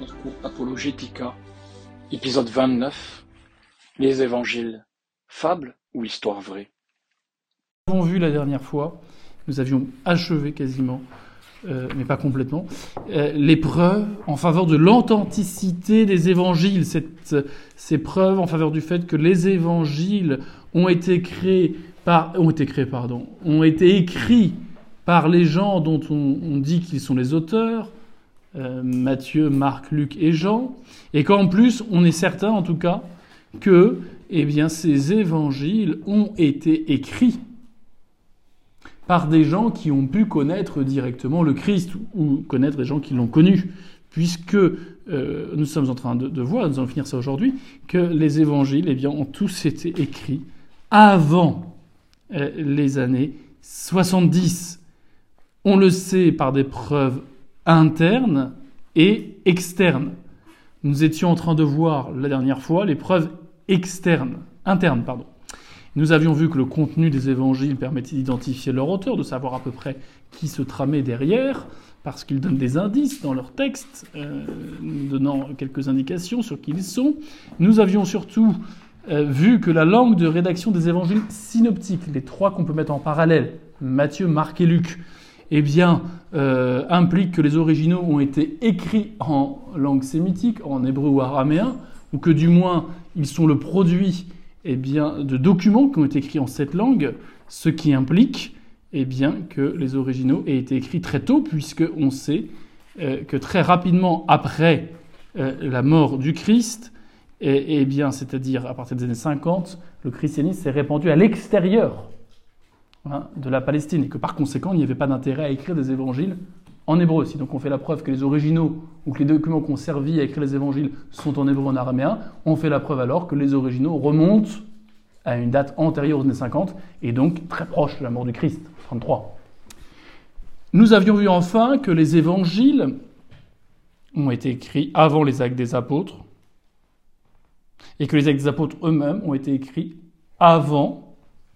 pour Apologetica, épisode 29, les évangiles, fable ou histoire vraie? Nous avons vu la dernière fois, nous avions achevé quasiment, mais pas complètement, les preuves en faveur de l'authenticité des évangiles, ces preuves en faveur du fait que les évangiles ont été écrits par les gens dont on dit qu'ils sont les auteurs, Matthieu, Marc, Luc et Jean, et qu'en plus, on est certain en tout cas que ces évangiles ont été écrits par des gens qui ont pu connaître directement le Christ, ou connaître des gens qui l'ont connu, puisque nous sommes en train de voir, nous allons finir ça aujourd'hui, que les évangiles ont tous été écrits avant les années 70. On le sait par des preuves internes et externes. Nous étions en train de voir la dernière fois les preuves internes. Nous avions vu que le contenu des évangiles permettait d'identifier leur auteur, de savoir à peu près qui se tramait derrière, parce qu'ils donnent des indices dans leur texte, donnant quelques indications sur qui ils sont. Nous avions surtout vu que la langue de rédaction des évangiles synoptiques, les trois qu'on peut mettre en parallèle, Matthieu, Marc et Luc, implique que les originaux ont été écrits en langue sémitique, en hébreu ou araméen, ou que du moins ils sont le produit de documents qui ont été écrits en cette langue, ce qui implique que les originaux aient été écrits très tôt, puisqu'on sait que très rapidement après la mort du Christ, c'est-à-dire à partir des années 50, le christianisme s'est répandu à l'extérieur de la Palestine, et que par conséquent, il n'y avait pas d'intérêt à écrire des évangiles en hébreu. Si donc on fait la preuve que les originaux, ou que les documents qui ont servi à écrire les évangiles sont en hébreu ou en araméen, on fait la preuve alors que les originaux remontent à une date antérieure aux années 50, et donc très proche de la mort du Christ, 33. Nous avions vu enfin que les évangiles ont été écrits avant les actes des apôtres, et que les actes des apôtres eux-mêmes ont été écrits avant,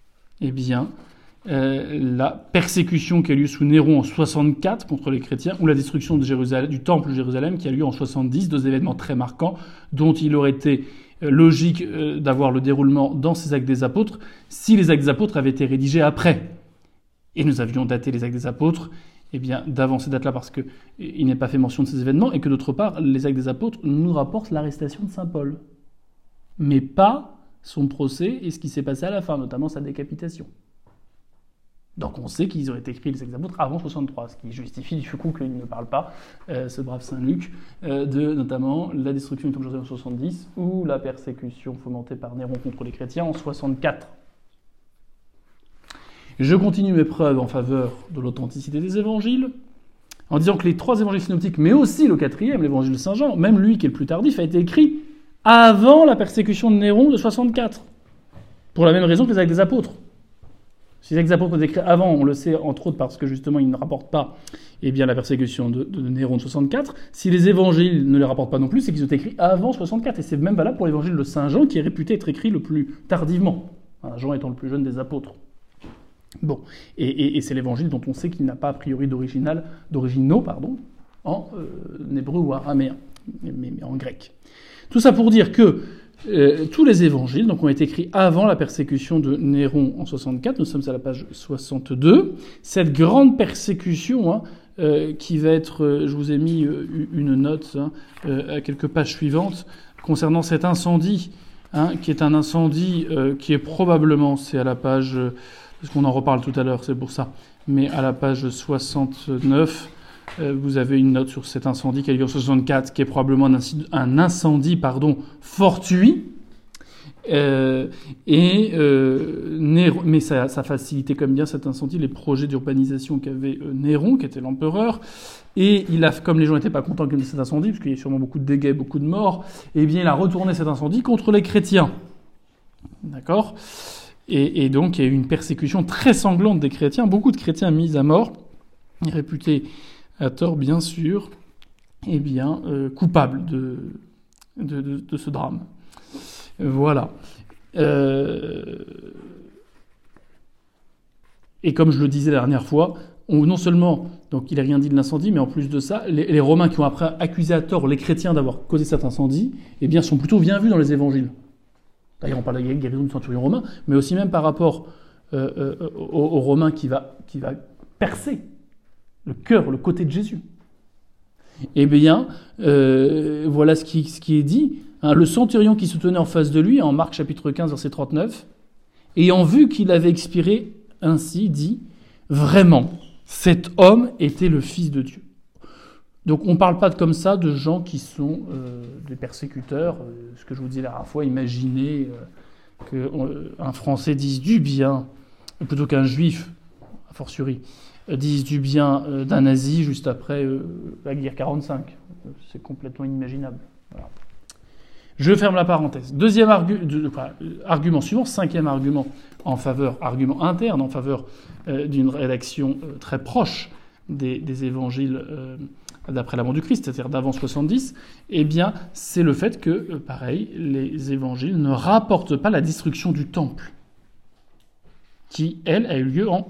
la persécution qui a lieu sous Néron en 64 contre les chrétiens, ou la destruction de Jérusalem, du temple de Jérusalem qui a lieu en 70, deux événements très marquants dont il aurait été logique d'avoir le déroulement dans ces actes des apôtres si les actes des apôtres avaient été rédigés après. Et nous avions daté les actes des apôtres d'avant ces dates-là parce qu'il n'est pas fait mention de ces événements, et que d'autre part, les actes des apôtres nous rapportent l'arrestation de saint Paul, mais pas son procès et ce qui s'est passé à la fin, notamment sa décapitation. Donc on sait qu'ils auraient écrit les actes des apôtres avant 63, ce qui justifie du coup qu'il ne parle pas, ce brave Saint Luc, de notamment la destruction du temple de Jérusalem en 70 ou la persécution fomentée par Néron contre les chrétiens en 64. Je continue mes preuves en faveur de l'authenticité des évangiles, en disant que les trois évangiles synoptiques, mais aussi le quatrième, l'évangile de Saint Jean, même lui qui est le plus tardif, a été écrit avant la persécution de Néron de 64, pour la même raison que les actes des apôtres. Si les actes des apôtres ont été écrits avant, on le sait entre autres parce que justement ils ne rapportent pas la persécution de Néron de 64. Si les évangiles ne les rapportent pas non plus, c'est qu'ils ont été écrits avant 64. Et c'est même valable pour l'évangile de Saint Jean qui est réputé être écrit le plus tardivement, Jean étant le plus jeune des apôtres. Bon, et c'est l'évangile dont on sait qu'il n'a pas a priori d'originaux en hébreu ou araméen, mais en grec. Tout ça pour dire que tous les évangiles ont été écrits avant la persécution de Néron en 64. Nous sommes à la page 62. Cette grande persécution qui va être... je vous ai mis une note à quelques pages suivantes concernant cet incendie, qui est un incendie qui est probablement... C'est à la page... parce qu'on en reparle tout à l'heure, c'est pour ça. Mais à la page 69... vous avez une note sur cet incendie qui a eu lieu en 64, qui est probablement un incendie fortuit. Mais ça facilitait comme bien cet incendie les projets d'urbanisation qu'avait Néron, qui était l'empereur. Et comme les gens n'étaient pas contents de cet incendie, parce qu'il y a sûrement beaucoup de dégâts, beaucoup de morts, il a retourné cet incendie contre les chrétiens. D'accord ? Et donc il y a eu une persécution très sanglante des chrétiens, beaucoup de chrétiens mis à mort, réputés à tort, bien sûr, coupable de ce drame. Voilà. Et comme je le disais la dernière fois, non seulement donc il n'a rien dit de l'incendie, mais en plus de ça, les Romains qui ont après accusé à tort les chrétiens d'avoir causé cet incendie, eh bien, sont plutôt bien vus dans les évangiles. D'ailleurs, on parle de la guérison du centurion romain, mais aussi même par rapport aux Romains qui va percer le cœur, le côté de Jésus. Eh bien, voilà ce qui est dit. Hein, le centurion qui se tenait en face de lui, en Marc chapitre 15, verset 39, ayant vu qu'il avait expiré ainsi, dit « Vraiment, cet homme était le Fils de Dieu. » Donc on ne parle pas comme ça de gens qui sont des persécuteurs. Ce que je vous disais la dernière fois, imaginez qu'un Français dise du bien, plutôt qu'un Juif, a fortiori, dise du bien d'un nazi juste après la guerre 45. C'est complètement inimaginable. Voilà. Je ferme la parenthèse. Deuxième argument suivant, cinquième argument argument interne en faveur d'une rédaction très proche des évangiles d'après la mort du Christ, c'est-à-dire d'avant 70, eh bien, c'est le fait que, pareil, les évangiles ne rapportent pas la destruction du temple, qui, elle, a eu lieu en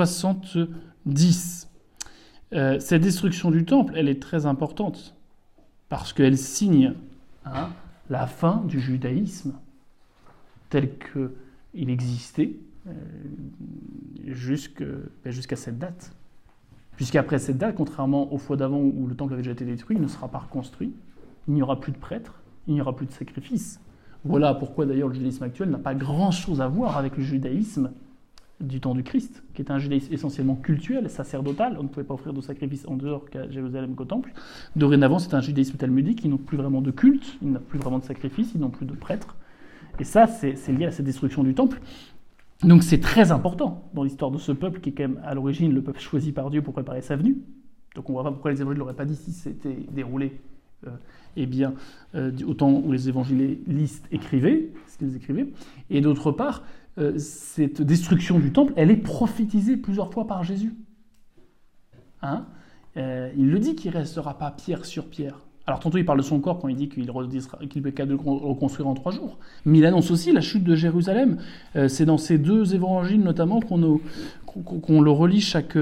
70. Cette destruction du temple, elle est très importante, parce qu'elle signe la fin du judaïsme tel qu'il existait jusqu'à cette date. Puisqu'après cette date, contrairement aux fois d'avant où le temple avait déjà été détruit, il ne sera pas reconstruit, il n'y aura plus de prêtres, il n'y aura plus de sacrifices. Voilà pourquoi d'ailleurs le judaïsme actuel n'a pas grand-chose à voir avec le judaïsme du temps du Christ, qui est un judaïsme essentiellement cultuel, sacerdotal. On ne pouvait pas offrir de sacrifices en dehors qu'à Jérusalem qu'au temple. Dorénavant, c'est un judaïsme talmudique, ils n'ont plus vraiment de culte, ils n'ont plus vraiment de sacrifices, ils n'ont plus de prêtres. Et ça, c'est lié à cette destruction du temple. Donc c'est très important dans l'histoire de ce peuple qui est quand même à l'origine le peuple choisi par Dieu pour préparer sa venue. Donc on ne voit pas pourquoi les évangiles ne l'auraient pas dit si c'était déroulé au temps où les évangélistes écrivaient, ce qu'ils écrivaient. Et d'autre part, cette destruction du temple, elle est prophétisée plusieurs fois par Jésus. Il le dit qu'il ne restera pas pierre sur pierre. Alors tantôt il parle de son corps quand il dit qu'il est capable de le reconstruire en 3 jours. Mais il annonce aussi la chute de Jérusalem. C'est dans ces 2 évangiles notamment qu'on le relit chaque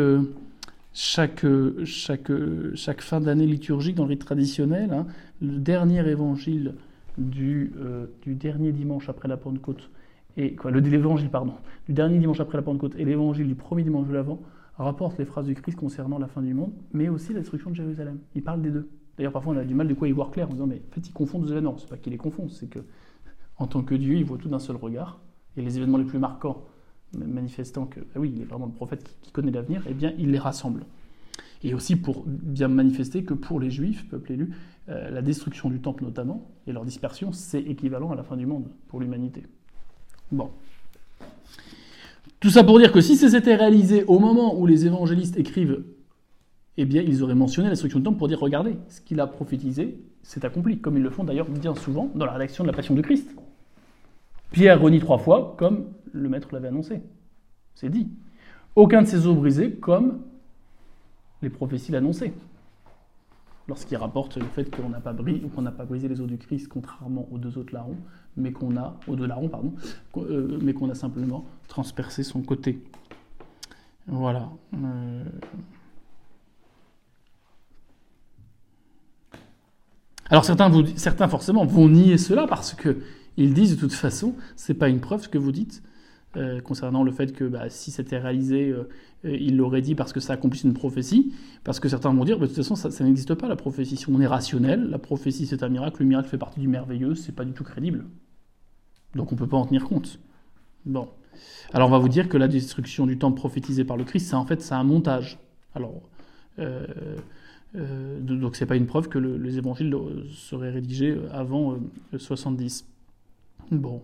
fin d'année liturgique dans le rite traditionnel. Le dernier évangile du dernier dimanche après la Pentecôte, l'évangile du dernier dimanche après la Pentecôte et l'évangile du premier dimanche de l'Avent rapportent les phrases du Christ concernant la fin du monde, mais aussi la destruction de Jérusalem. Il parle des 2. D'ailleurs, parfois, on a du mal de quoi y voir clair en disant, mais en fait, il confond 2 événements. C'est pas qu'il les confond, c'est que, en tant que Dieu, il voit tout d'un seul regard. Et les événements les plus marquants, manifestant que, il est vraiment le prophète qui connaît l'avenir, eh bien, il les rassemble. Et aussi pour bien manifester que pour les Juifs, peuple élu, la destruction du temple notamment, et leur dispersion, c'est équivalent à la fin du monde pour l'humanité. Bon. Tout ça pour dire que si ça s'était réalisé au moment où les évangélistes écrivent, eh bien, ils auraient mentionné la destruction du temple pour dire, regardez, ce qu'il a prophétisé, c'est accompli, comme ils le font d'ailleurs bien souvent dans la rédaction de la Passion du Christ. Pierre renie 3 fois, comme le Maître l'avait annoncé. C'est dit. Aucun de ses os brisés, comme les prophéties l'annonçaient. Lorsqu'il rapporte le fait qu'on n'a pas brisé les os du Christ, contrairement aux 2 autres larrons, mais qu'on a simplement transpercé son côté. Voilà. Alors certains forcément vont nier cela parce qu'ils disent de toute façon, c'est pas une preuve ce que vous dites concernant le fait que si c'était réalisé, il l'aurait dit parce que ça accomplit une prophétie, parce que certains vont dire de toute façon ça n'existe pas la prophétie. Si on est rationnel, la prophétie c'est un miracle, le miracle fait partie du merveilleux, c'est pas du tout crédible. Donc on peut pas en tenir compte. Bon. Alors on va vous dire que la destruction du temple prophétisée par le Christ, c'est un montage. Alors donc c'est pas une preuve que les évangiles seraient rédigés avant 70. Bon.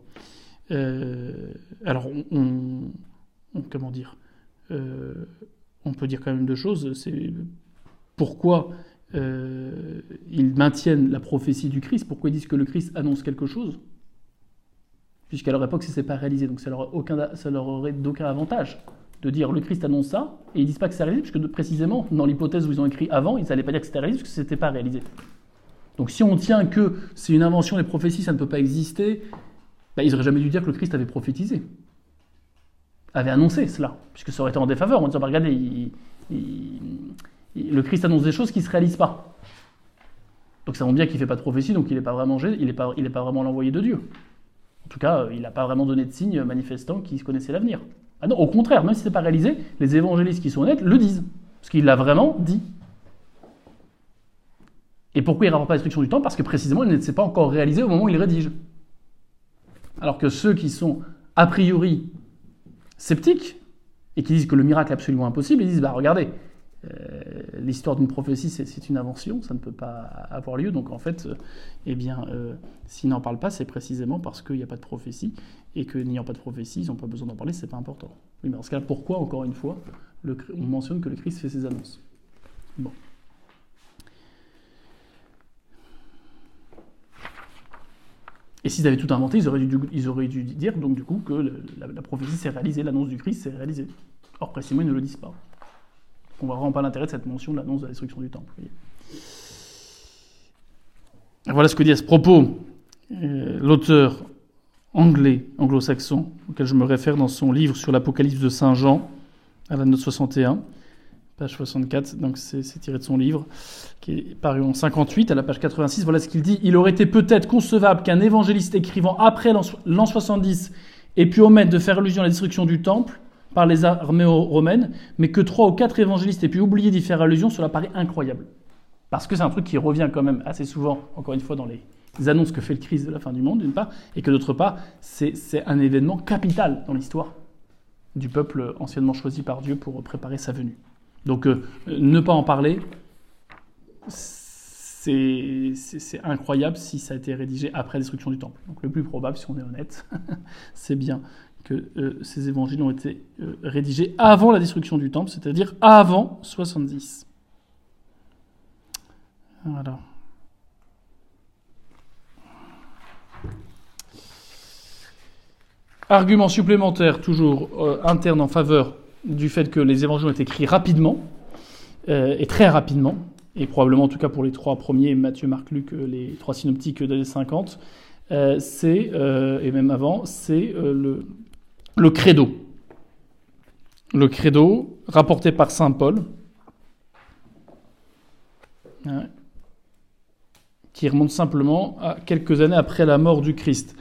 Alors comment dire, on peut dire quand même 2 choses. C'est pourquoi ils maintiennent la prophétie du Christ, pourquoi ils disent que le Christ annonce quelque chose, puisqu'à leur époque, c'est pas réalisé, donc ça leur aurait d'aucun avantage de dire le Christ annonce ça, et ils disent pas que c'est réalisé, puisque précisément, dans l'hypothèse où ils ont écrit avant, ils n'allaient pas dire que c'était réalisé, parce que c'était pas réalisé. Donc si on tient que c'est une invention, les prophéties, ça ne peut pas exister, ils n'auraient jamais dû dire que le Christ avait prophétisé, avait annoncé cela, puisque ça aurait été en défaveur, en disant, regardez, le Christ annonce des choses qui ne se réalisent pas. Donc ça montre bien qu'il ne fait pas de prophétie, donc il n'est pas vraiment l'envoyé de Dieu. En tout cas, il n'a pas vraiment donné de signe manifestant qu'il connaissait l'avenir. Ah non, au contraire, même si ce n'est pas réalisé, les évangélistes qui sont honnêtes le disent. Parce qu'il l'a vraiment dit. Et pourquoi il ne rapporte pas la destruction du temple ? Parce que précisément, il ne s'est pas encore réalisé au moment où il rédige. Alors que ceux qui sont a priori sceptiques, et qui disent que le miracle est absolument impossible, ils disent, regardez, l'histoire d'une prophétie, c'est une invention, ça ne peut pas avoir lieu, donc en fait, s'ils n'en parlent pas, c'est précisément parce qu'il n'y a pas de prophétie, et que n'ayant pas de prophétie, ils n'ont pas besoin d'en parler, c'est pas important. Oui, mais dans ce cas-là, pourquoi, encore une fois, on mentionne que le Christ fait ses annonces ? Bon. Et s'ils avaient tout inventé, ils auraient dû dire, donc du coup, que la prophétie s'est réalisée, l'annonce du Christ s'est réalisée. Or, précisément, ils ne le disent pas. On ne voit vraiment pas l'intérêt de cette mention de l'annonce de la destruction du temple. Voilà ce que dit à ce propos l'auteur anglais, anglo-saxon, auquel je me réfère dans son livre sur l'Apocalypse de Saint Jean, à la note 61, page 64, donc c'est tiré de son livre, qui est paru en 58, à la page 86. Voilà ce qu'il dit. « Il aurait été peut-être concevable qu'un évangéliste écrivant après l'an 70 ait pu omettre de faire allusion à la destruction du temple par les armées romaines, mais que 3 ou 4 évangélistes aient pu oublier d'y faire allusion, cela paraît incroyable. » Parce que c'est un truc qui revient quand même assez souvent, encore une fois, dans les annonces que fait le Christ de la fin du monde, d'une part, et que d'autre part, c'est un événement capital dans l'histoire du peuple anciennement choisi par Dieu pour préparer sa venue. Donc, ne pas en parler, c'est incroyable si ça a été rédigé après la destruction du temple. Donc, le plus probable, si on est honnête, c'est bien que ces évangiles ont été rédigés avant la destruction du temple, c'est-à-dire avant 70. Voilà. Argument supplémentaire, toujours interne en faveur du fait que les évangiles ont été écrits rapidement, et très rapidement, et probablement en tout cas pour les 3 premiers, Matthieu, Marc, Luc, les 3 synoptiques des années 50, et même avant, c'est le credo. Le credo, rapporté par saint Paul, qui remonte simplement à quelques années après la mort du Christ.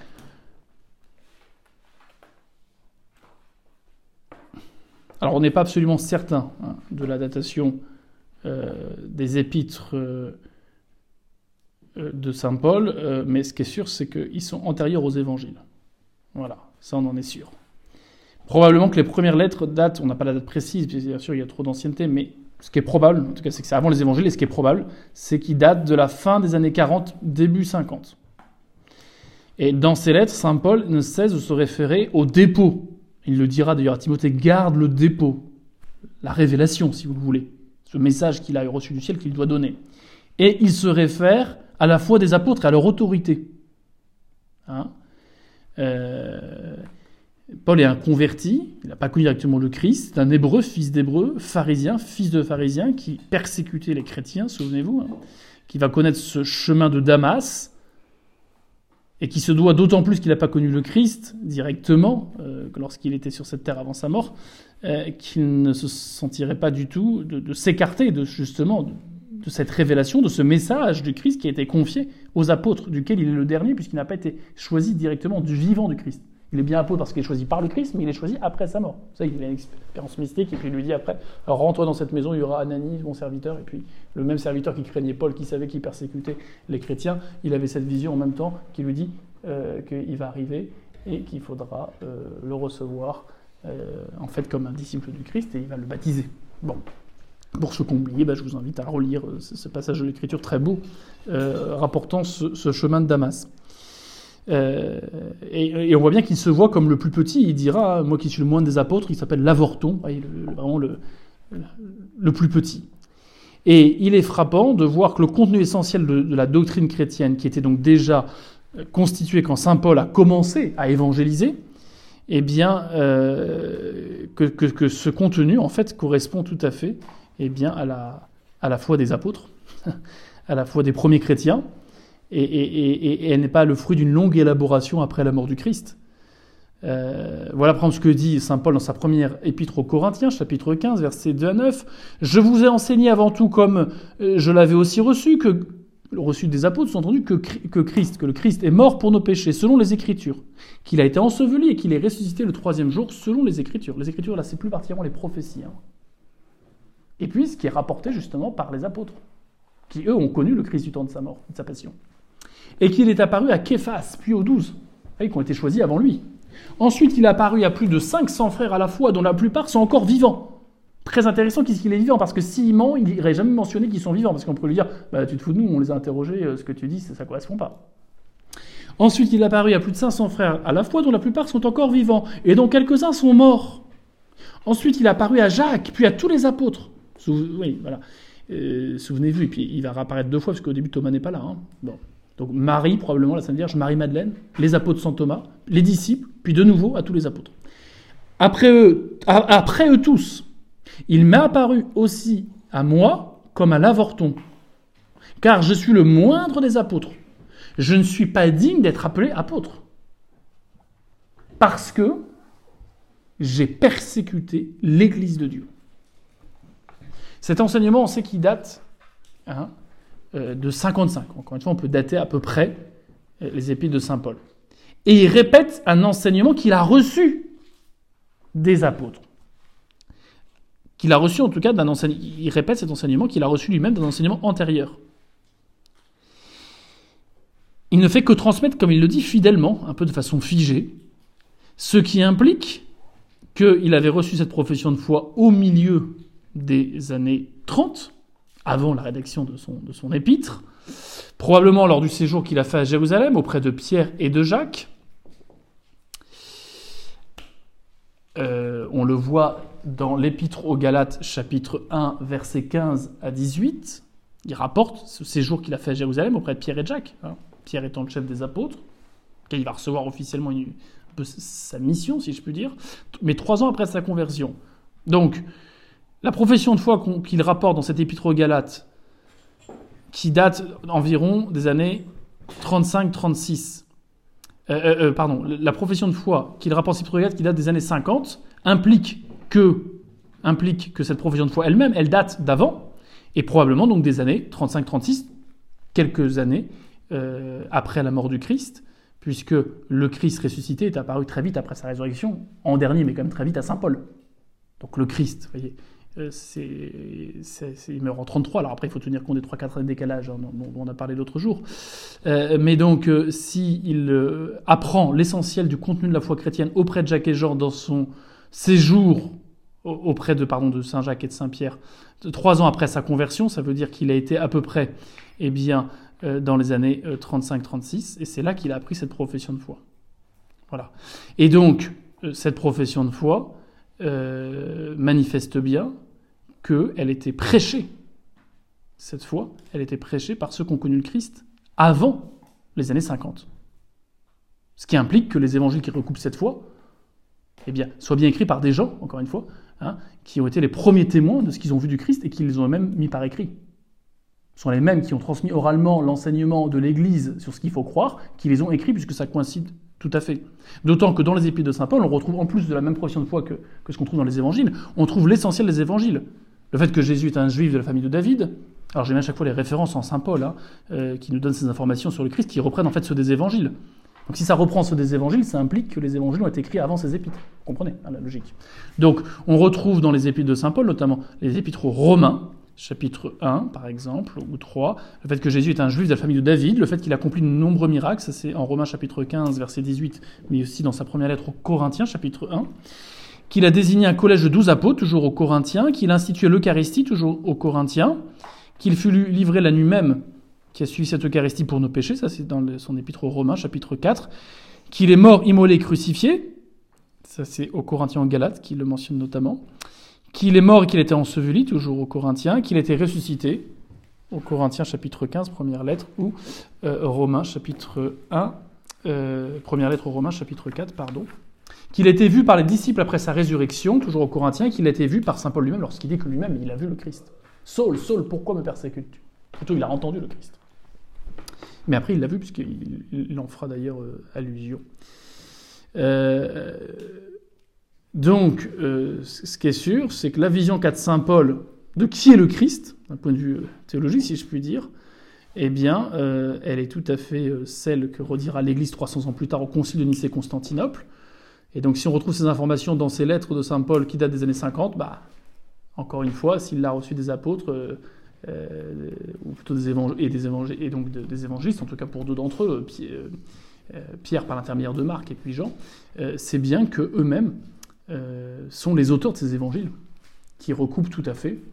Alors on n'est pas absolument certain de la datation des épîtres de saint Paul, mais ce qui est sûr, c'est qu'ils sont antérieurs aux évangiles. Voilà, ça on en est sûr. Probablement que les premières lettres datent, on n'a pas la date précise, bien sûr il y a trop d'ancienneté, mais ce qui est probable, en tout cas c'est que c'est avant les évangiles, et ce qui est probable, c'est qu'ils datent de la fin des années 40, début 50. Et dans ces lettres, saint Paul ne cesse de se référer au dépôt. Il le dira d'ailleurs à Timothée, garde le dépôt, la révélation si vous le voulez, ce message qu'il a reçu du ciel qu'il doit donner. Et il se réfère à la foi des apôtres et à leur autorité. Paul est un converti, il n'a pas connu directement le Christ, c'est un hébreu, fils d'hébreu, pharisien, fils de pharisien, qui persécutait les chrétiens, souvenez-vous, qui va connaître ce chemin de Damas, et qui se doit d'autant plus qu'il n'a pas connu le Christ directement, lorsqu'il était sur cette terre avant sa mort, qu'il ne se sentirait pas du tout de s'écarter de cette révélation, de ce message du Christ qui a été confié aux apôtres, duquel il est le dernier, puisqu'il n'a pas été choisi directement du vivant du Christ. Il est bien apôtre parce qu'il est choisi par le Christ, mais il est choisi après sa mort. Vous savez, il a une expérience mystique, et puis il lui dit après, rentre dans cette maison, il y aura Ananie, mon serviteur, et puis le même serviteur qui craignait Paul, qui savait qu'il persécutait les chrétiens, il avait cette vision en même temps qui lui dit qu'il va arriver et qu'il faudra le recevoir en fait comme un disciple du Christ, et il va le baptiser. Bon. Pour ceux qui ont oublié, je vous invite à relire ce passage de l'Écriture très beau rapportant ce chemin de Damas. Et on voit bien qu'il se voit comme le plus petit. Il dira, moi qui suis le moindre des apôtres, il s'appelle l'avorton, vraiment le plus petit. Et il est frappant de voir que le contenu essentiel de la doctrine chrétienne, qui était donc déjà constitué quand saint Paul a commencé à évangéliser, eh bien, que ce contenu, en fait, correspond tout à fait à la foi des apôtres, à la foi des premiers chrétiens, et elle n'est pas le fruit d'une longue élaboration après la mort du Christ. Voilà par exemple ce que dit saint Paul dans sa première épître aux Corinthiens, chapitre 15, versets 2 à 9. « Je vous ai enseigné avant tout comme je l'avais aussi reçu, reçu des apôtres, sous-entendu que le Christ est mort pour nos péchés, selon les Écritures, qu'il a été enseveli et qu'il est ressuscité le troisième jour, selon les Écritures. » Les Écritures, là, c'est plus particulièrement les prophéties. Hein. Et puis, ce qui est rapporté justement par les apôtres, qui, eux, ont connu le Christ du temps de sa mort, de sa passion. Et qu'il est apparu à Képhas, puis aux 12, qui ont été choisis avant lui. Ensuite, il est apparu à plus de 500 frères à la fois, dont la plupart sont encore vivants. Très intéressant qu'il est vivant, parce que s'il ment, il n'irait jamais mentionner qu'ils sont vivants, parce qu'on pourrait lui dire « tu te fous de nous, on les a interrogés, ce que tu dis, ça ne correspond pas ». Ensuite, il est apparu à plus de 500 frères à la fois, dont la plupart sont encore vivants, et dont quelques-uns sont morts. Ensuite, il est apparu à Jacques, puis à tous les apôtres. Oui, voilà. Souvenez-vous, et puis il va réapparaître 2 fois, parce qu'au début, Thomas n'est pas là. Hein. Bon. Donc Marie, probablement la Sainte Vierge, Marie-Madeleine, les apôtres Saint Thomas, les disciples, puis de nouveau à tous les apôtres. Après eux tous, il m'est apparu aussi à moi comme à l'avorton, car je suis le moindre des apôtres. Je ne suis pas digne d'être appelé apôtre, parce que j'ai persécuté l'Église de Dieu. Cet enseignement, on sait qu'il date de 55. Encore une fois, on peut dater à peu près les épîtres de saint Paul. Et il répète un enseignement qu'il a reçu des apôtres. Qu'il a reçu en tout cas d'un enseignement. Il répète cet enseignement qu'il a reçu lui-même d'un enseignement antérieur. Il ne fait que transmettre, comme il le dit, fidèlement, un peu de façon figée, ce qui implique qu'il avait reçu cette profession de foi au milieu des années 30, avant la rédaction de son épître, probablement lors du séjour qu'il a fait à Jérusalem, auprès de Pierre et de Jacques. On le voit dans l'épître aux Galates, chapitre 1, versets 15 à 18. Il rapporte ce séjour qu'il a fait à Jérusalem auprès de Pierre et de Jacques, Pierre étant le chef des apôtres, qu'il va recevoir officiellement un peu sa mission, si je puis dire, mais 3 ans après sa conversion. Donc, la profession de foi qu'il rapporte dans cette épître aux Galates, qui date environ des années 35-36, la profession de foi qu'il rapporte dans cette épître aux Galates, qui date des années 50, implique que cette profession de foi elle-même, elle date d'avant, et probablement donc des années 35-36, quelques années après la mort du Christ, puisque le Christ ressuscité est apparu très vite après sa résurrection, en dernier, mais quand même très vite à saint Paul. Donc le Christ, vous voyez, il meurt en 33, alors après il faut tenir compte des 3-4 années de décalage dont on a parlé l'autre jour. Mais donc, s'il apprend l'essentiel du contenu de la foi chrétienne auprès de Jacques et Jean dans son séjour auprès de Saint Jacques et de Saint Pierre, 3 ans après sa conversion, ça veut dire qu'il a été à peu près dans les années 35-36, et c'est là qu'il a appris cette profession de foi. Voilà. Et donc, cette profession de foi manifeste bien qu'elle était prêchée, cette foi, elle était prêchée par ceux qui ont connu le Christ avant les années 50. Ce qui implique que les évangiles qui recoupent cette foi soient bien écrits par des gens, encore une fois, qui ont été les premiers témoins de ce qu'ils ont vu du Christ et qui les ont même mis par écrit. Ce sont les mêmes qui ont transmis oralement l'enseignement de l'Église sur ce qu'il faut croire, qui les ont écrits puisque ça coïncide tout à fait. D'autant que dans les épîtres de saint Paul, on retrouve en plus de la même profession de foi que ce qu'on trouve dans les évangiles, on trouve l'essentiel des évangiles. Le fait que Jésus est un juif de la famille de David, alors j'ai mis à chaque fois les références en saint Paul, qui nous donnent ces informations sur le Christ, qui reprennent en fait ceux des évangiles. Donc si ça reprend ceux des évangiles, ça implique que les évangiles ont été écrits avant ces épîtres. Vous comprenez la logique. Donc on retrouve dans les épîtres de saint Paul, notamment les épîtres aux Romains, chapitre 1, par exemple, ou 3, le fait que Jésus est un juif de la famille de David, le fait qu'il accomplit de nombreux miracles, ça c'est en Romains chapitre 15, verset 18, mais aussi dans sa première lettre aux Corinthiens, chapitre 1, qu'il a désigné un collège de 12 apôtres, toujours aux Corinthiens, qu'il a institué l'Eucharistie, toujours aux Corinthiens, qu'il fut livré la nuit même, qui a suivi cette Eucharistie pour nos péchés, ça c'est dans son épître aux Romains, chapitre 4, qu'il est mort, immolé, crucifié, ça c'est aux Corinthiens en Galates, qui le mentionne notamment, qu'il est mort et qu'il était enseveli, toujours aux Corinthiens, qu'il était ressuscité, aux Corinthiens chapitre 15, première lettre, ou Romains chapitre 1, première lettre aux Romains chapitre 4, pardon, qu'il a été vu par les disciples après sa résurrection, toujours aux Corinthiens, qu'il a été vu par saint Paul lui-même, lorsqu'il dit que lui-même, il a vu le Christ. « Saul, Saul, pourquoi me persécutes-tu » Plutôt, il a entendu le Christ. Mais après, il l'a vu, puisqu'il en fera d'ailleurs allusion. Donc, ce qui est sûr, c'est que la vision qu'a de saint Paul de qui est le Christ, d'un point de vue théologique, si je puis dire, eh bien, elle est tout à fait celle que redira l'Église 300 ans plus tard au Concile de Nicée-Constantinople. Et donc, si on retrouve ces informations dans ces lettres de saint Paul qui datent des années 50, encore une fois, s'il l'a reçu des apôtres, ou plutôt des évangélistes, en tout cas pour deux d'entre eux, Pierre par l'intermédiaire de Marc et puis Jean, c'est bien qu'eux-mêmes sont les auteurs de ces évangiles qui recoupent tout à fait,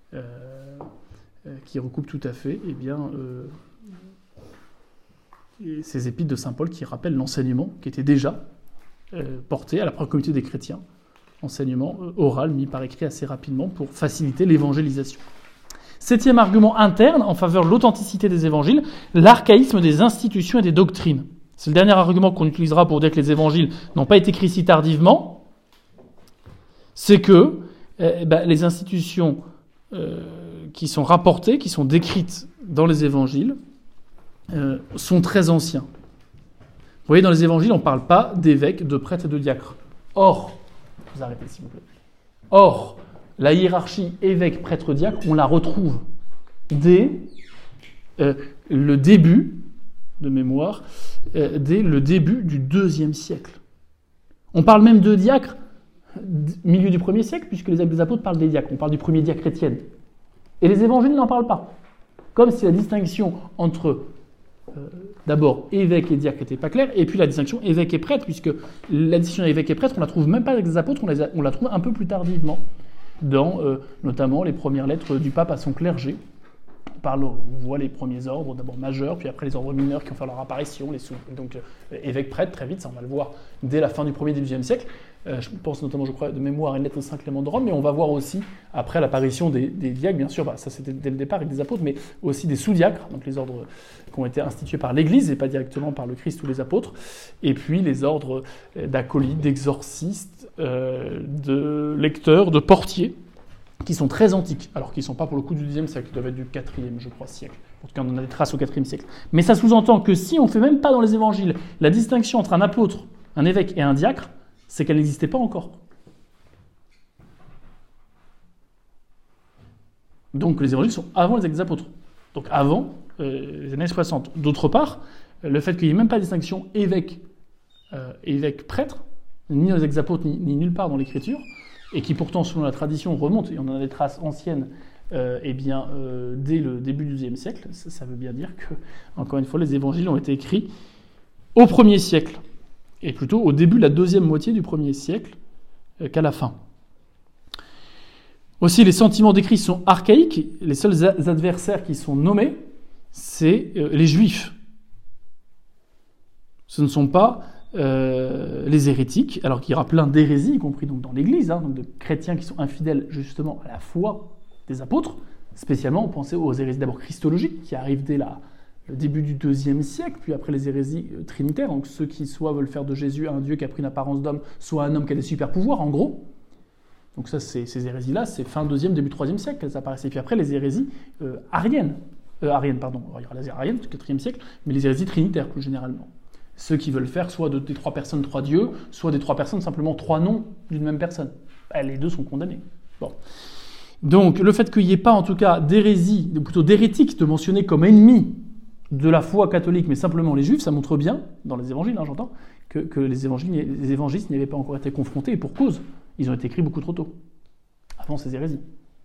ces épîtres de saint Paul qui rappellent l'enseignement qui était déjà porté à la première communauté des chrétiens, enseignement oral mis par écrit assez rapidement pour faciliter l'évangélisation. 7e argument interne en faveur de l'authenticité des évangiles, l'archaïsme des institutions et des doctrines. C'est le dernier argument qu'on utilisera pour dire que les évangiles n'ont pas été écrits si tardivement. C'est que les institutions qui sont rapportées, qui sont décrites dans les évangiles, sont très anciens. Vous voyez, dans les évangiles, on ne parle pas d'évêques, de prêtres et de diacres. Or, vous arrêtez s'il vous plaît. Or, la hiérarchie évêque, prêtre, diacre, on la retrouve dès le début, de mémoire, dès le début du IIe siècle. On parle même de diacres milieu du 1er siècle, puisque les actes des apôtres parlent des diacres. On parle du premier diacre chrétien. Et les évangiles n'en parlent pas. Comme si la distinction entre d'abord évêque et diacre n'était pas claire, et puis la distinction évêque et prêtre, puisque la distinction évêque et prêtre, on ne la trouve même pas avec les apôtres, on la trouve un peu plus tardivement, dans notamment les premières lettres du pape à son clergé. On voit les premiers ordres, d'abord majeurs, puis après les ordres mineurs qui ont fait leur apparition, donc évêque-prêtre, très vite, ça on va le voir dès la fin du 1er et du 2e siècle. Je pense notamment, je crois, de mémoire à une lettre de Saint Clément de Rome, mais on va voir aussi, après l'apparition des diacres, bien sûr, ça c'était dès le départ avec des apôtres, mais aussi des sous-diacres, donc les ordres qui ont été institués par l'Église et pas directement par le Christ ou les apôtres, et puis les ordres d'acolytes, d'exorcistes, de lecteurs, de portiers, qui sont très antiques, alors qu'ils ne sont pas pour le coup du Xe siècle, ils doivent être du 4e, je crois, siècle. En tout cas, on en a des traces au 4e siècle. Mais ça sous-entend que si on ne fait même pas dans les évangiles la distinction entre un apôtre, un évêque et un diacre, c'est qu'elle n'existait pas encore. Donc les évangiles sont avant les actes des apôtres, donc avant les années 60. D'autre part, le fait qu'il n'y ait même pas de distinction évêque-prêtre, ni dans les actes des apôtres, ni nulle part dans l'écriture, et qui pourtant, selon la tradition, remonte, et on en a des traces anciennes, dès le début du XIe siècle, ça veut bien dire que, encore une fois, les évangiles ont été écrits au 1er siècle, et plutôt au début de la deuxième moitié du 1er siècle qu'à la fin. Aussi, les sentiments décrits sont archaïques, les seuls adversaires qui sont nommés, c'est les Juifs. Ce ne sont pas les hérétiques, alors qu'il y aura plein d'hérésies, y compris donc dans l'Église, donc de chrétiens qui sont infidèles justement à la foi des apôtres. Spécialement, on pensait aux hérésies d'abord christologiques, qui arrivent dès le début du IIe siècle, puis après les hérésies trinitaires, donc ceux qui soit veulent faire de Jésus un Dieu qui a pris une apparence d'homme, soit un homme qui a des super pouvoirs, en gros. Donc ça, ces hérésies-là, c'est fin 2e, début 3e siècle qu'elles apparaissent. Et puis après, les hérésies ariennes. Il y aura les ariennes, du 4e siècle, mais les hérésies trinitaires, plus généralement. Ceux qui veulent faire soit des 3 personnes, 3 dieux, soit des 3 personnes, simplement 3 noms d'une même personne. Les deux sont condamnés. Bon. Donc, le fait qu'il n'y ait pas, en tout cas, d'hérésie, ou plutôt d'hérétiques, de mentionner comme ennemis de la foi catholique, mais simplement les juifs, ça montre bien, dans les évangiles, j'entends, que les évangélistes n'y avaient pas encore été confrontés, et pour cause. Ils ont été écrits beaucoup trop tôt, avant ces hérésies.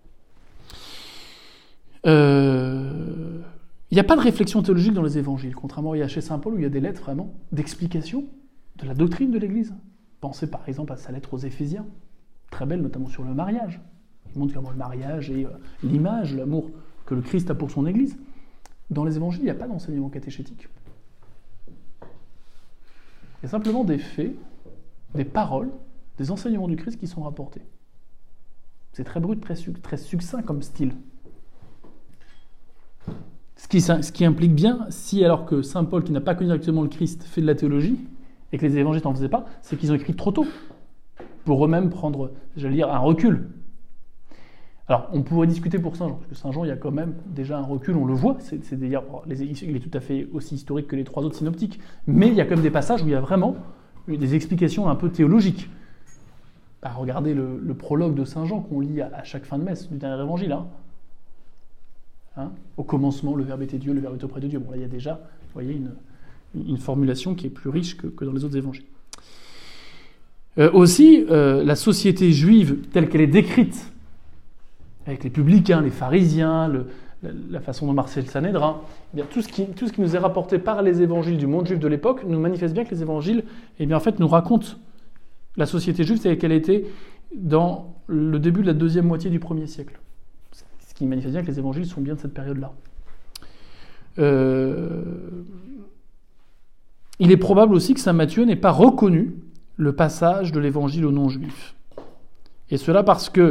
Il n'y a pas de réflexion théologique dans les évangiles, contrairement à chez saint Paul, où il y a des lettres vraiment d'explication de la doctrine de l'Église. Pensez par exemple à sa lettre aux Éphésiens, très belle notamment sur le mariage. Il montre comment le mariage est l'image, l'amour que le Christ a pour son Église. Dans les évangiles, il n'y a pas d'enseignement catéchétique. Il y a simplement des faits, des paroles, des enseignements du Christ qui sont rapportés. C'est très brut, très succinct comme style. Ce qui implique bien, si alors que saint Paul, qui n'a pas connu directement le Christ, fait de la théologie, et que les évangélistes n'en faisaient pas, c'est qu'ils ont écrit trop tôt, pour eux-mêmes prendre, un recul. Alors, on pourrait discuter pour Saint Jean, parce que Saint Jean, il y a quand même déjà un recul, on le voit, il est tout à fait aussi historique que les 3 autres synoptiques, mais il y a quand même des passages où il y a vraiment des explications un peu théologiques. Bah, regardez le prologue de Saint Jean qu'on lit à chaque fin de messe du dernier évangile. Au commencement, le Verbe était Dieu, le Verbe était auprès de Dieu. Bon, là, il y a déjà, vous voyez, une formulation qui est plus riche que dans les autres évangiles. Aussi, la société juive telle qu'elle est décrite, avec les publicains, les pharisiens, la façon dont marchait le Sanhédrin, eh bien, tout ce qui nous est rapporté par les évangiles du monde juif de l'époque nous manifeste bien que les évangiles, eh bien, en fait, nous racontent la société juive telle qu'elle était dans le début de la deuxième moitié du 1er siècle. Ce qui manifeste bien que les évangiles sont bien de cette période-là. Il est probable aussi que saint Matthieu n'ait pas reconnu le passage de l'évangile aux non-juifs. Et cela parce que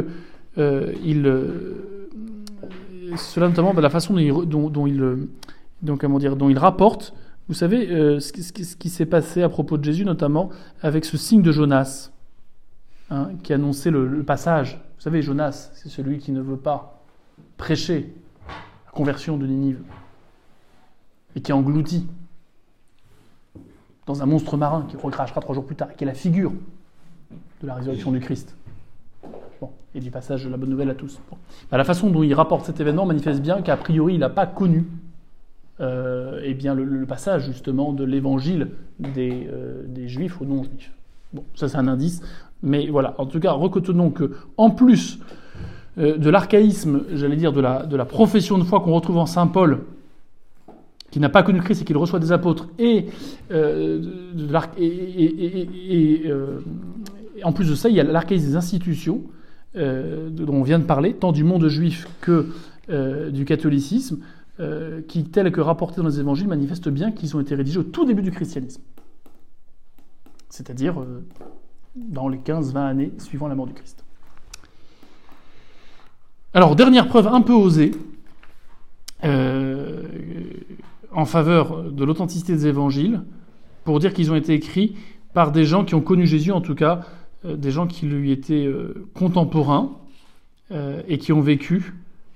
cela notamment de la façon dont il rapporte, vous savez, ce qui s'est passé à propos de Jésus, notamment avec ce signe de Jonas, qui annonçait le passage. Vous savez, Jonas, c'est celui qui ne veut pas prêcher la conversion de Ninive, et qui est englouti dans un monstre marin qui recrachera 3 jours plus tard, et qui est la figure de la résurrection du Christ. Bon, et du passage de la bonne nouvelle à tous. Bon. La façon dont il rapporte cet événement manifeste bien qu'a priori il n'a pas connu bien le passage justement de l'évangile des juifs aux non-juifs. Bon, ça c'est un indice, mais voilà. En tout cas, retenons que en plus de l'archaïsme, j'allais dire de la profession de foi qu'on retrouve en saint Paul, qui n'a pas connu Christ et qui le reçoit des apôtres, et en plus de ça, il y a l'archaïsme des institutions dont on vient de parler, tant du monde juif que du catholicisme, qui, tels que rapportés dans les évangiles, manifestent bien qu'ils ont été rédigés au tout début du christianisme. C'est-à-dire dans les 15-20 années suivant la mort du Christ. Alors, dernière preuve un peu osée, en faveur de l'authenticité des évangiles, pour dire qu'ils ont été écrits par des gens qui ont connu Jésus, en tout cas, des gens qui lui étaient contemporains et qui ont vécu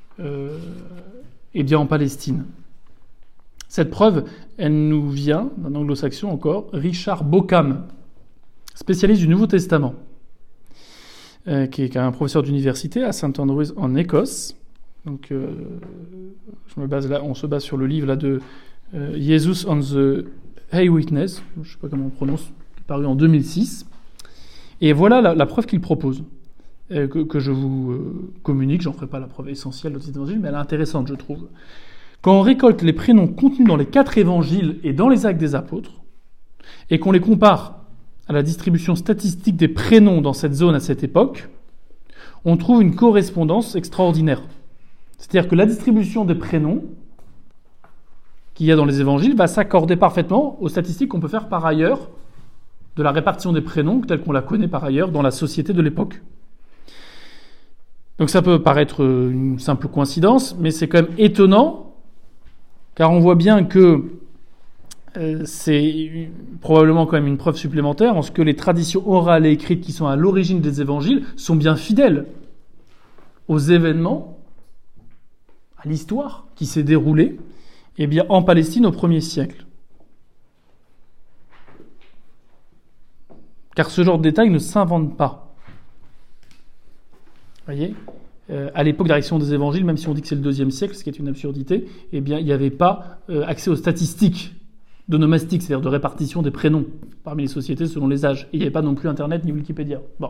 en Palestine. Cette preuve, elle nous vient d'un anglo-saxon encore, Richard Bauckham, spécialiste du Nouveau Testament, qui est un professeur d'université à St Andrews en Écosse. Donc, on se base sur le livre là de Jesus on the Eyewitness, je ne sais pas comment on prononce, paru en 2006. Et voilà la preuve qu'il propose, que je vous communique. J'en ferai pas la preuve essentielle de cet évangile, mais elle est intéressante, je trouve. Quand on récolte les prénoms contenus dans les 4 évangiles et dans les actes des apôtres, et qu'on les compare à la distribution statistique des prénoms dans cette zone à cette époque, on trouve une correspondance extraordinaire. C'est-à-dire que la distribution des prénoms qu'il y a dans les évangiles va s'accorder parfaitement aux statistiques qu'on peut faire par ailleurs de la répartition des prénoms telle qu'on la connaît par ailleurs dans la société de l'époque. Donc ça peut paraître une simple coïncidence, mais c'est quand même étonnant, car on voit bien que c'est probablement quand même une preuve supplémentaire en ce que les traditions orales et écrites qui sont à l'origine des évangiles sont bien fidèles aux événements, à l'histoire qui s'est déroulée en Palestine au 1er siècle. Car ce genre de détails ne s'invente pas. Vous voyez, à l'époque de la rédaction des évangiles, même si on dit que c'est le 2e siècle, ce qui est une absurdité, il n'y avait pas accès aux statistiques d'onomastique, c'est-à-dire de répartition des prénoms parmi les sociétés selon les âges. Et il n'y avait pas non plus Internet ni Wikipédia. Bon.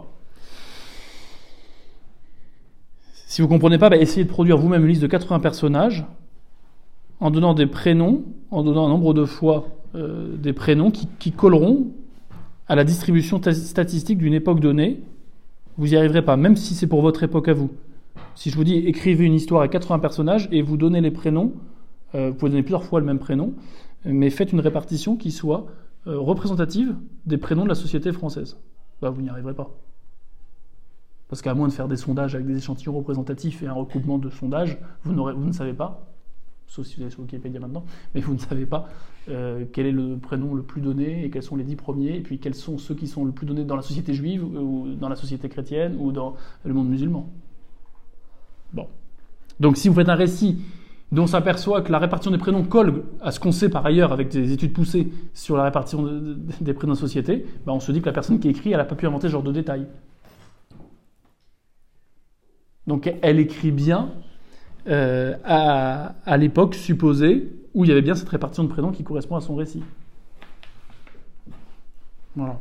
Si vous ne comprenez pas, essayez de produire vous-même une liste de 80 personnages en donnant des prénoms, en donnant un nombre de fois des prénoms qui colleront à la distribution statistique d'une époque donnée. Vous n'y arriverez pas, même si c'est pour votre époque à vous. Si je vous dis écrivez une histoire à 80 personnages et vous donnez les prénoms, vous pouvez donner plusieurs fois le même prénom, mais faites une répartition qui soit représentative des prénoms de la société française. Vous n'y arriverez pas. Parce qu'à moins de faire des sondages avec des échantillons représentatifs et un recoupement de sondages, vous ne savez pas, sauf si vous allez sur Wikipédia maintenant, mais vous ne savez pas quel est le prénom le plus donné et quels sont les 10 premiers, et puis quels sont ceux qui sont le plus donnés dans la société juive ou dans la société chrétienne ou dans le monde musulman. Bon. Donc si vous faites un récit dont on s'aperçoit que la répartition des prénoms colle à ce qu'on sait par ailleurs avec des études poussées sur la répartition des prénoms de société, on se dit que la personne qui écrit, elle n'a pas pu inventer ce genre de détails. Donc elle écrit bien à l'époque supposée où il y avait bien cette répartition de prénoms qui correspond à son récit. Voilà.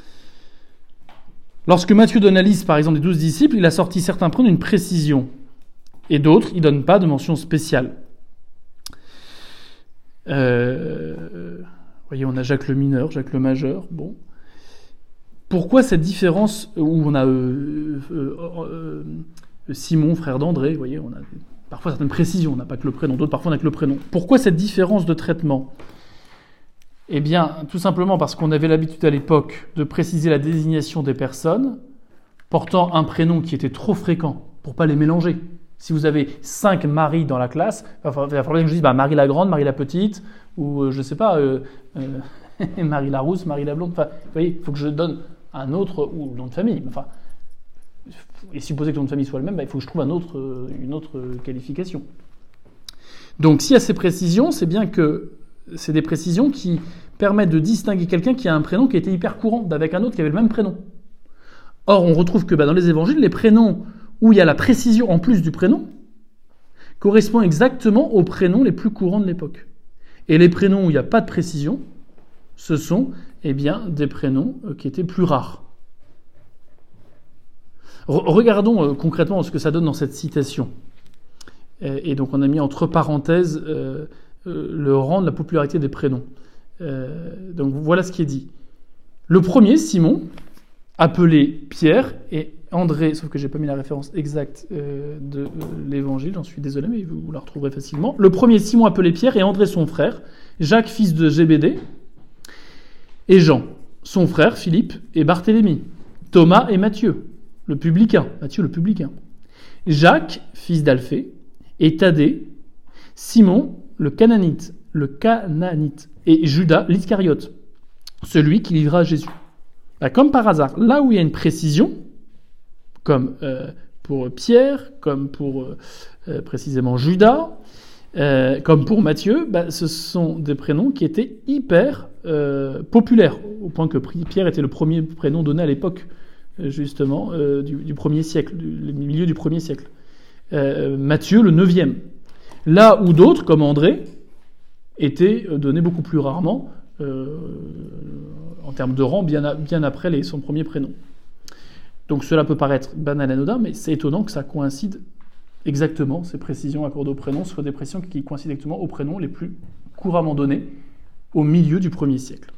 Lorsque Matthieu donne la liste, par exemple, des 12 disciples, il a sorti certains prénoms d'une précision. Et d'autres, il ne donne pas de mention spéciale. Vous voyez, on a Jacques le mineur, Jacques le majeur. Bon. Pourquoi cette différence où on a Simon, frère d'André, vous voyez, on a parfois certaines précisions, on n'a pas que le prénom, d'autres parfois on n'a que le prénom. Pourquoi cette différence de traitement ? Eh bien, tout simplement parce qu'on avait l'habitude à l'époque de préciser la désignation des personnes portant un prénom qui était trop fréquent pour ne pas les mélanger. Si vous avez 5 Marie dans la classe, il va falloir que je dise Marie la grande, Marie la petite, ou je ne sais pas, Marie la rousse, Marie la blonde. Enfin, vous voyez, il faut que je donne un autre ou nom de famille. Enfin, et supposer que le nom de famille soit le même, il faut que je trouve une autre qualification. Donc, s'il y a ces précisions, c'est bien que c'est des précisions qui permettent de distinguer quelqu'un qui a un prénom qui était hyper courant d'avec un autre qui avait le même prénom. Or, on retrouve que dans les évangiles, les prénoms où il y a la précision en plus du prénom correspondent exactement aux prénoms les plus courants de l'époque. Et les prénoms où il n'y a pas de précision, ce sont des prénoms qui étaient plus rares. Regardons concrètement ce que ça donne dans cette citation. Et donc on a mis entre parenthèses le rang de la popularité des prénoms. Donc voilà ce qui est dit. Le premier, Simon, appelé Pierre, et André, sauf que j'ai pas mis la référence exacte de l'évangile, j'en suis désolé, mais vous la retrouverez facilement. Le premier, Simon, appelé Pierre, et André, son frère, Jacques, fils de Zébédée, et Jean, son frère, Philippe, et Barthélemy, Thomas et Matthieu, le publicain, Jacques, fils d'Alphée, et Thaddée, Simon, le Cananite, et Judas, l'Iscariote, celui qui livra Jésus. Comme par hasard, là où il y a une précision, comme pour Pierre, comme pour précisément Judas, comme pour Matthieu, ce sont des prénoms qui étaient hyper populaires, au point que Pierre était le premier prénom donné à l'époque, justement, du 1er siècle, du milieu du 1er siècle. Matthieu, le 9e. Là où d'autres, comme André, étaient donnés beaucoup plus rarement, en termes de rang, bien après son premier prénom. Donc cela peut paraître banal et anodin, mais c'est étonnant que ça coïncide exactement, ces précisions accordées aux prénoms, soient des précisions qui coïncident exactement aux prénoms les plus couramment donnés au milieu du 1er siècle.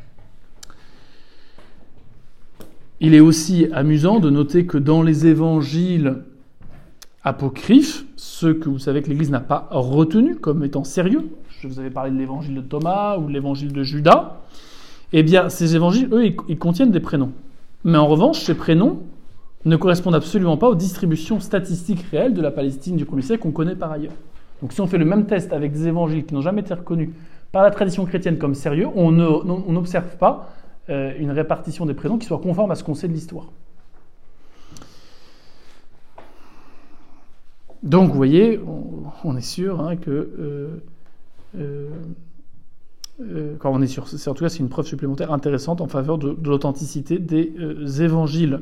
Il est aussi amusant de noter que dans les évangiles apocryphes, ceux que vous savez que l'Église n'a pas retenus comme étant sérieux, je vous avais parlé de l'évangile de Thomas ou de l'évangile de Judas, ces évangiles, eux, ils contiennent des prénoms. Mais en revanche, ces prénoms ne correspondent absolument pas aux distributions statistiques réelles de la Palestine du 1er siècle qu'on connaît par ailleurs. Donc si on fait le même test avec des évangiles qui n'ont jamais été reconnus par la tradition chrétienne comme sérieux, on n'observe pas une répartition des prénoms qui soit conforme à ce qu'on sait de l'histoire. Donc vous voyez, on est sûr que... quand on est sûr, en tout cas c'est une preuve supplémentaire intéressante en faveur de l'authenticité des évangiles.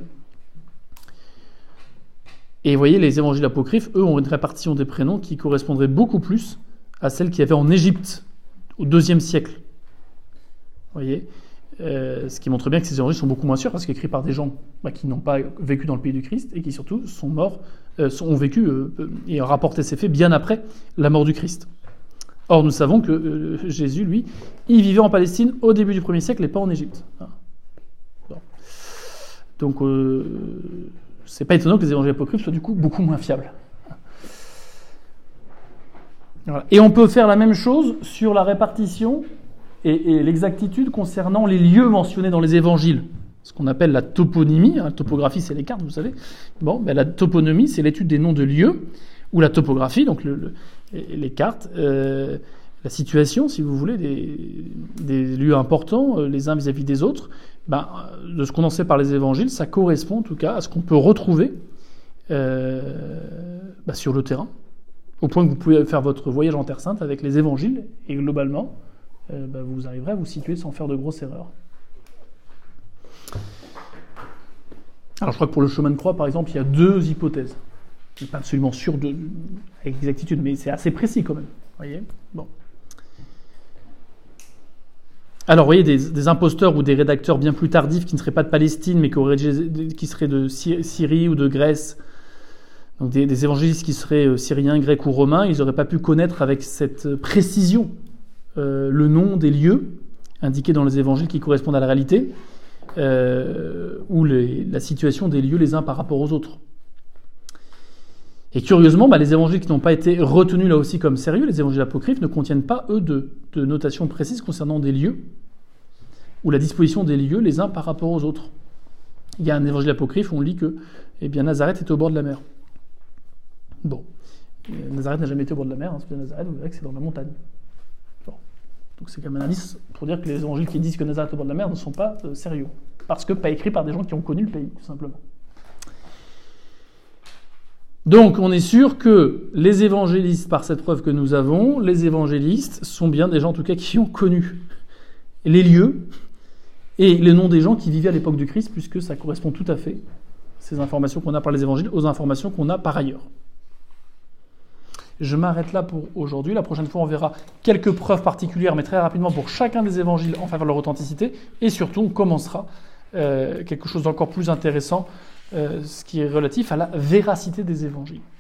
Et vous voyez, les évangiles apocryphes, eux, ont une répartition des prénoms qui correspondrait beaucoup plus à celle qu'il y avait en Égypte au IIe siècle. Vous voyez, ce qui montre bien que ces évangiles sont beaucoup moins sûrs parce qu'écrits par des gens qui n'ont pas vécu dans le pays du Christ et qui surtout sont morts, ont vécu et ont rapporté ces faits bien après la mort du Christ. Or, nous savons que Jésus, lui, il vivait en Palestine au début du 1er siècle et pas en Égypte. Bon. Donc, c'est pas étonnant que les évangiles apocryphes soient du coup beaucoup moins fiables. Voilà. Et on peut faire la même chose sur la répartition et l'exactitude concernant les lieux mentionnés dans les évangiles. Ce qu'on appelle la toponymie. La topographie, c'est les cartes, vous savez. La toponymie, c'est l'étude des noms de lieux, ou la topographie, donc les cartes, la situation, si vous voulez, des lieux importants, les uns vis-à-vis des autres, de ce qu'on en sait par les évangiles, ça correspond en tout cas à ce qu'on peut retrouver sur le terrain, Au point que vous pouvez faire votre voyage en Terre Sainte avec les évangiles, et globalement, vous arriverez à vous situer sans faire de grosses erreurs. Alors je crois que pour le chemin de croix, par exemple, il y a 2 hypothèses. Je ne suis pas absolument sûr avec exactitude, mais c'est assez précis quand même. Voyez, bon. Alors, vous voyez, des imposteurs ou des rédacteurs bien plus tardifs qui ne seraient pas de Palestine, mais qui seraient de Syrie ou de Grèce, donc des évangélistes qui seraient syriens, grecs ou romains, ils n'auraient pas pu connaître avec cette précision le nom des lieux indiqués dans les évangiles qui correspondent à la réalité, ou la situation des lieux les uns par rapport aux autres. Et curieusement, les évangiles qui n'ont pas été retenus là aussi comme sérieux, les évangiles apocryphes, ne contiennent pas, eux, de notations précises concernant des lieux, ou la disposition des lieux les uns par rapport aux autres. Il y a un évangile apocryphe où on lit que Nazareth était au bord de la mer. Bon, Nazareth n'a jamais été au bord de la mer, c'est Nazareth, vous verrez que c'est dans la montagne. Bon. Donc c'est quand même un indice pour dire que les évangiles qui disent que Nazareth est au bord de la mer ne sont pas sérieux, parce que pas écrits par des gens qui ont connu le pays, tout simplement. Donc, on est sûr que les évangélistes, par cette preuve que nous avons, les évangélistes sont bien des gens, en tout cas, qui ont connu les lieux et les noms des gens qui vivaient à l'époque du Christ, puisque ça correspond tout à fait, ces informations qu'on a par les évangiles, aux informations qu'on a par ailleurs. Je m'arrête là pour aujourd'hui. La prochaine fois, on verra quelques preuves particulières, mais très rapidement, pour chacun des évangiles en faveur de leur authenticité. Et surtout, on commencera quelque chose d'encore plus intéressant, ce qui est relatif à la véracité des évangiles.